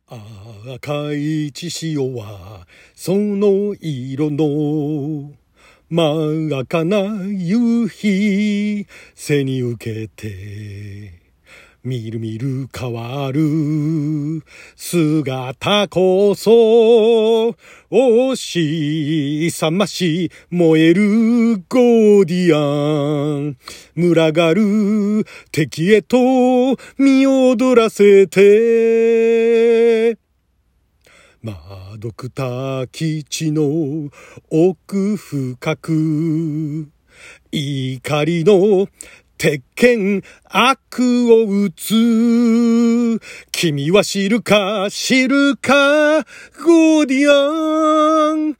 赤い血潮はその色の真っ赤な夕日背に受けてみるみる変わる姿こそ押しさまし燃えるゴーディアン群がる敵へと身を躍らせて窓くた基地の奥深く怒りの鉄拳悪を打つ君は知るかゴーディアン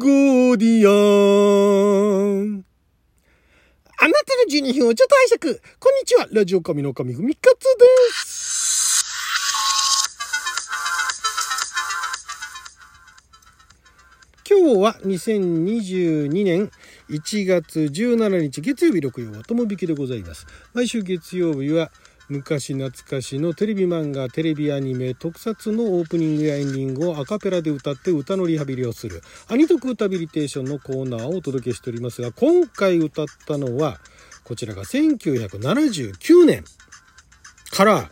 あなたの12分をちょっと拝借。こんにちは、ラジオ神の神ふみかつです。今日は2022年1月17日月曜日6曜はともびきでございます。毎週月曜日は昔懐かしのテレビ漫画、テレビアニメ、特撮のオープニングやエンディングをアカペラで歌って歌のリハビリをするアニトク歌ビリテーションのコーナーをお届けしておりますが、今回歌ったのはこちらが1979年から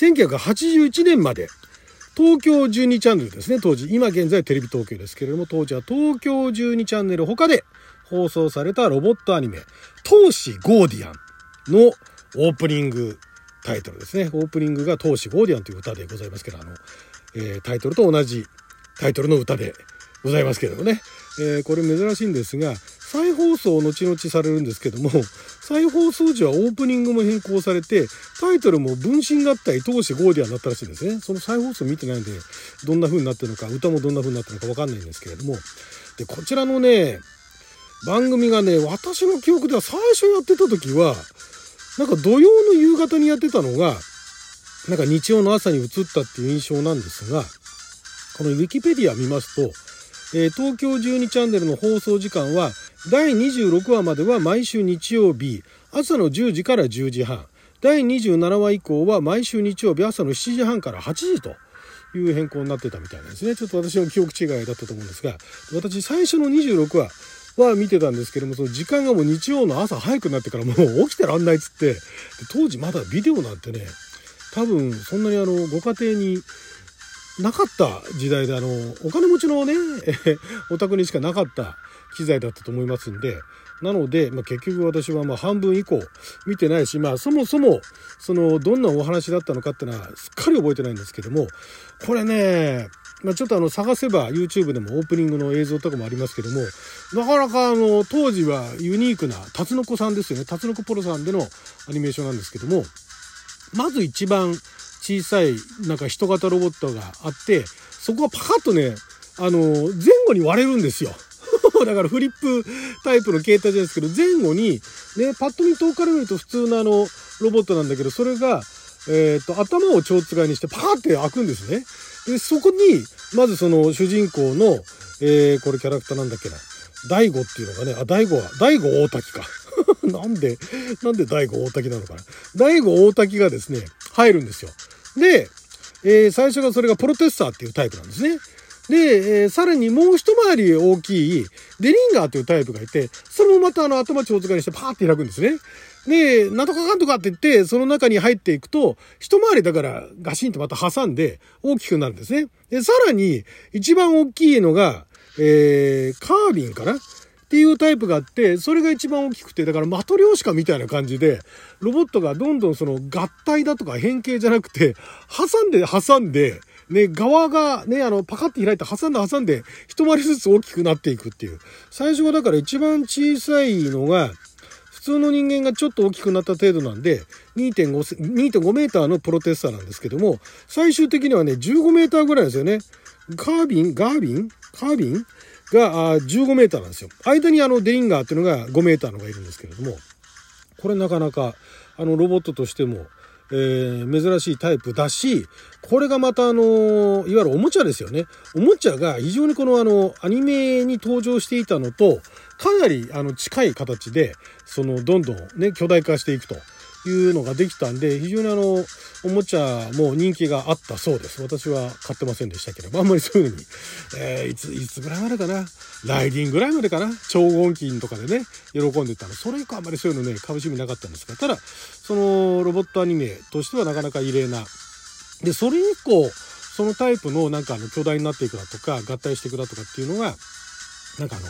1981年まで東京12チャンネルですね。当時、今現在テレビ東京ですけれども、当時は東京12チャンネル他で放送されたロボットアニメ、闘士ゴーディアンのオープニングタイトルですね。オープニングが闘士ゴーディアンという歌でございますけど、タイトルと同じタイトルの歌でございますけれどもね。これ珍しいんですが、再放送を後々されるんですけども、再放送時はオープニングも変更されて、タイトルも分身合体闘士ゴーディアンになったらしいんですね。その再放送見てないんで、どんな風になってるのか、歌もどんな風になってるのかわかんないんですけれども。で、こちらのね、番組がね、私の記憶では最初やってた時は、なんか土曜の夕方にやってたのが、なんか日曜の朝に移ったっていう印象なんですが、このウィキペディア見ますと、東京12チャンネルの放送時間は第26話までは毎週日曜日朝の10時から10時半、第27話以降は毎週日曜日朝の7時半から8時という変更になってたみたいなんですね。ちょっと私の記憶違いだったと思うんですが、私最初の26話は見てたんですけども、その時間がもう日曜の朝早くなってからもう起きてらんないっつって、当時まだビデオなんてね、多分そんなにご家庭になかった時代で、お金持ちのねお宅にしかなかった機材だったと思いますんで、なので、結局私は半分以降見てないし、そもそもどんなお話だったのかってのはすっかり覚えてないんですけども、これね、ちょっと探せば YouTube でもオープニングの映像とかもありますけども、なかなか当時はユニークなタツノコさんですよね。タツノコプロさんでのアニメーションなんですけども、まず一番小さいなんか人型ロボットがあって、そこがパカッとね、前後に割れるんですよ。だからフリップタイプの携帯じゃないですけど、前後にね、パッと見遠くから見ると普通のロボットなんだけど、それが頭を蝶つがいにしてパーって開くんですね。で、そこにまずその主人公のこれキャラクターなんだっけな、大悟っていうのがね、大悟大滝か。なんで大悟大滝なのかな。大悟大滝がですね、入るんですよ。で、最初がそれがプロテッサーっていうタイプなんですね。で、さらにもう一回り大きいデリンガーというタイプがいて、それもまた頭蝶使いにしてパーって開くんですね。で、なんとかかんとかって言って、その中に入っていくと、一回りだからガシンとまた挟んで大きくなるんですね。で、さらに一番大きいのが、カービンかなっていうタイプがあって、それが一番大きくて、だからマトリョーシカみたいな感じで、ロボットがどんどん合体だとか変形じゃなくて、挟んで、ね、側がね、パカって開いて挟んで、一回りずつ大きくなっていくっていう。最初はだから一番小さいのが、普通の人間がちょっと大きくなった程度なんで、2.5 メーターのプロテッサーなんですけども、最終的にはね、15メーターぐらいですよね。カービンが15メーターなんですよ。間にデリンガーっていうのが5メーターのがいるんですけれども、これなかなかロボットとしても、珍しいタイプだし、これがまたいわゆるおもちゃですよね。おもちゃが非常にこのアニメに登場していたのとかなり近い形でどんどんね巨大化していくというのができたんで、非常におもちゃも人気があったそうです。私は買ってませんでしたけど、あんまりそういうのに、いつぐらいまでかな、ライディンぐらいまでかな、超合金とかでね、喜んでたの。それ以降あんまりそういうのね、買う趣味なかったんですが、ただ、そのロボットアニメとしてはなかなか異例な。で、それ以降、そのタイプのなんか巨大になっていくだとか、合体していくだとかっていうのが、なんか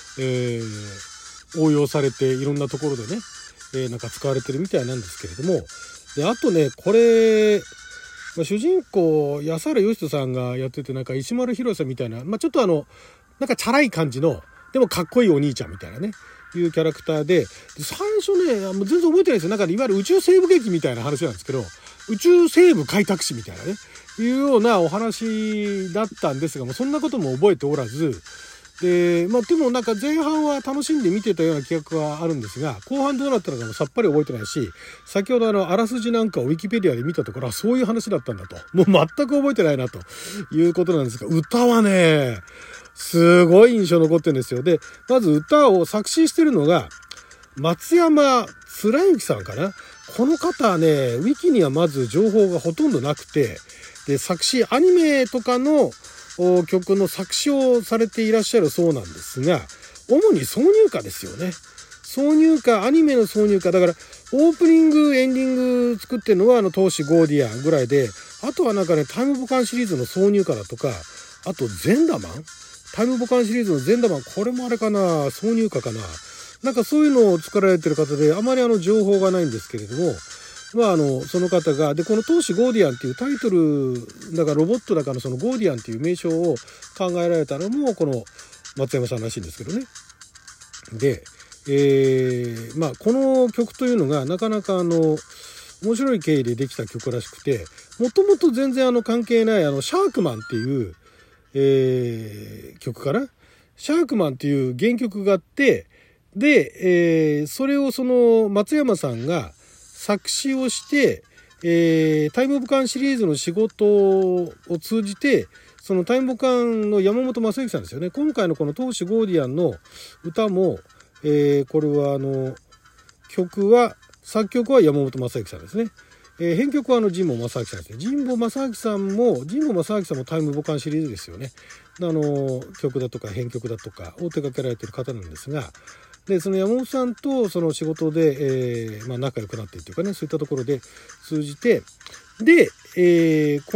応用されていろんなところでね、なんか使われてるみたいなんですけれども、であとねこれ、主人公安原義人さんがやってて、なんか石丸広さんみたいな、ちょっとなんかチャラい感じのでもかっこいいお兄ちゃんみたいなねいうキャラクターで、最初ねもう全然覚えてないですよ。なんかいわゆる宇宙西部劇みたいな話なんですけど、宇宙西部開拓史みたいなねいうようなお話だったんですが、もうそんなことも覚えておらず、でもなんか前半は楽しんで見てたような記憶はあるんですが、後半どうなったのかもさっぱり覚えてないし、先ほどあらすじなんかをウィキペディアで見たところ、そういう話だったんだと、もう全く覚えてないなということなんですが、歌はねすごい印象残ってるんですよ。でまず歌を作詞してるのが松山貫之さんかな。この方はねウィキにはまず情報がほとんどなくて、で作詞アニメとかの曲の作詞をされていらっしゃるそうなんですが、主に挿入歌ですよね。挿入歌、アニメの挿入歌だから、オープニングエンディング作ってるのは闘志ゴーディアンぐらいで、あとはなんかねタイムボカンシリーズの挿入歌だとか、あとゼンダマン、タイムボカンシリーズのゼンダマン、これもあれかな、挿入歌かな、なんかそういうのを作られてる方で、あまり情報がないんですけれども、その方が、で、この闘志ゴーディアンっていうタイトル、だからロボットだからそのゴーディアンっていう名称を考えられたのも、この松山さんらしいんですけどね。で、この曲というのがなかなか面白い経緯でできた曲らしくて、もともと全然関係ないシャークマンっていう、曲かな。シャークマンっていう原曲があって、で、それをその松山さんが作詞をして、タイムボカンシリーズの仕事を通じて、そのタイムボカンの山本正幸さんですよね。今回のこの闘志ゴーディアンの歌も、これは作曲は山本正幸さんですね。編曲は神保正明さんですね。神保正明さんもタイムボカンシリーズですよね。曲だとか編曲だとかを手掛けられている方なんですが、でその山本さんとその仕事で、仲良くなってっていうかね、そういったところで通じて、で、こ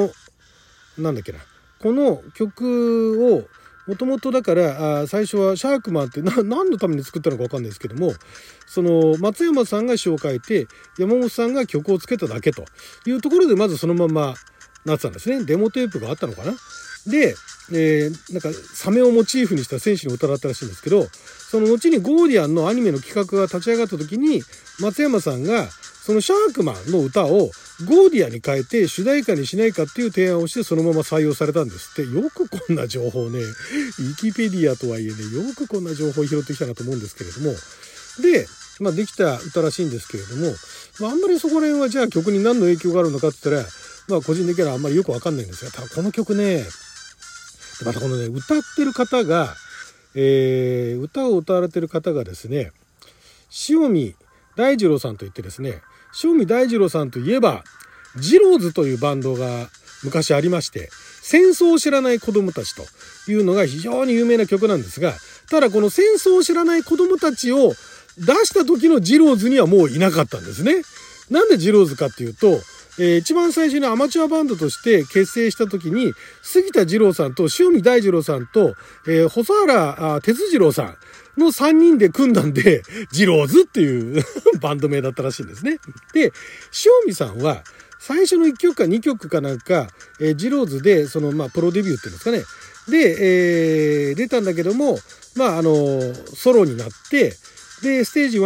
の曲をもともとだから最初はシャークマンって何のために作ったのか分かんないですけども、その松山さんが詩を書いて山本さんが曲をつけただけというところで、まずそのままなってたんですね。デモテープがあったのかな。で、なんかサメをモチーフにした戦士の歌だったらしいんですけど、その後にゴーディアンのアニメの企画が立ち上がった時に松山さんがそのシャークマンの歌をゴーディアンに変えて主題歌にしないかっていう提案をして、そのまま採用されたんですって。よくこんな情報ね、ウィキペディアとはいえね、よくこんな情報を拾ってきたなと思うんですけれども、で、できた歌らしいんですけれども、あんまりそこら辺はじゃあ曲に何の影響があるのかって言ったら、個人的にはあんまりよくわかんないんですが、ただこの曲ね、またこのね、歌ってる方が、歌を歌われてる方がですね、塩見大二郎さんといってですね、塩見大二郎さんといえばジローズというバンドが昔ありまして、戦争を知らない子供たちというのが非常に有名な曲なんですが、ただこの戦争を知らない子供たちを出した時のジローズにはもういなかったんですね。なんでジローズかっていうと、一番最初にアマチュアバンドとして結成した時に杉田二郎さんと塩見大二郎さんと、細原哲二郎さんの3人で組んだんでジローズっていうバンド名だったらしいんですね。で、塩見さんは最初の1曲か2曲かなんか、ジローズでそのプロデビューっていうんですかね。で、出たんだけども、ソロになって、で、ステージ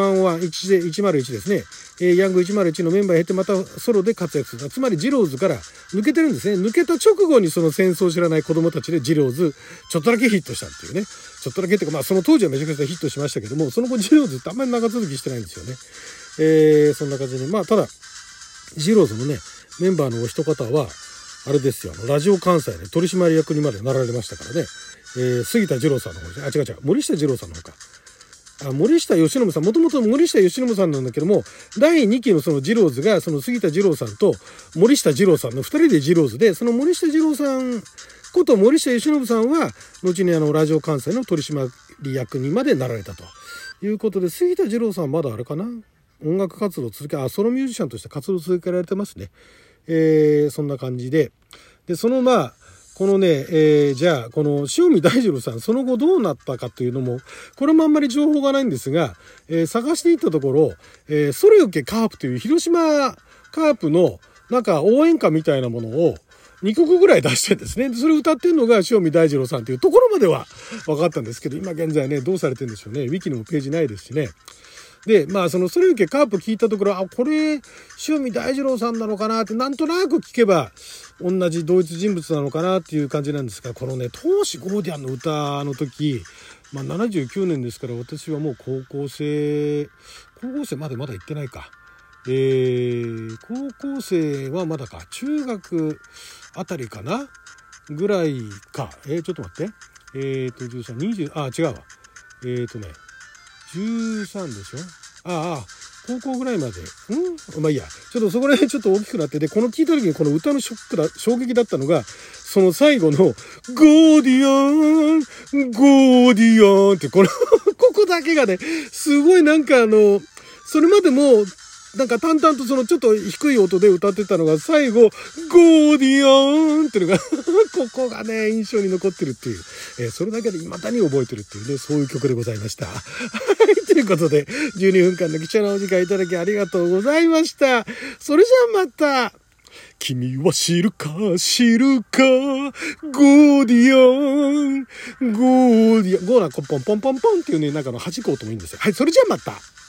101ですね。ヤング101のメンバーを経てまたソロで活躍する。つまりジローズから抜けてるんですね。抜けた直後にその戦争を知らない子供たちでジローズちょっとだけヒットしたっていうね。ちょっとだけっていうか、その当時はめちゃくちゃヒットしましたけども、その後ジローズってあんまり長続きしてないんですよね。そんな感じで、ただジローズのねメンバーのお一方はあれですよ、ラジオ関西で取締役にまでなられましたからね。杉田二郎さんの方ですね。森下二郎さんの方か。 森下義信さん、もともと森下義信さんなんだけども、第2期のそのジローズが、その杉田二郎さんと森下二郎さんの2人でジローズで、その森下二郎さんこと森下義信さんは、後にラジオ関西の取締役にまでなられたということで、杉田二郎さんはまだあれかな、音楽活動を続け、ソロミュージシャンとして活動を続けられてますね。そんな感じで。で、そのこのね、じゃあ、この塩見大二郎さん、その後どうなったかというのも、これもあんまり情報がないんですが、探していったところ、それよけカープという広島カープのなんか応援歌みたいなものを2曲ぐらい出してるんですね。それを歌ってるのが塩見大二郎さんというところまでは分かったんですけど、今現在ね、どうされてるんでしょうね。ウィキにもページないですしね。で、それよけカープ聞いたところ、これ、塩見大二郎さんなのかなって、なんとなく聞けば、同じ同一人物なのかなっていう感じなんですが、このね、闘志ゴーディアンの歌の時、79年ですから、私はもう高校生までまだ行ってないか。高校生はまだか、中学あたりかなぐらいか。ちょっと待って。13、20、違うわ。13でしょ。高校ぐらいまで。いいや。ちょっとそこら辺ちょっと大きくなって、で、この聞いた時にこの歌の衝撃だったのが、その最後の、ゴーディアン、ゴーディアンって、ここだけがね、すごいなんかそれまでも、なんか淡々とそのちょっと低い音で歌ってたのが最後、ゴーディアンっていうのが、ここがね、印象に残ってるっていう、それだけで未だに覚えてるっていうね、そういう曲でございました。はい、ということで、12分間の貴重なお時間いただきありがとうございました。それじゃあまた。君は知るか、ゴーディアン、ゴーディアン、ゴーナポンポンポンポンっていうね、なんか弾く音もいいんですよ。はい、それじゃあまた。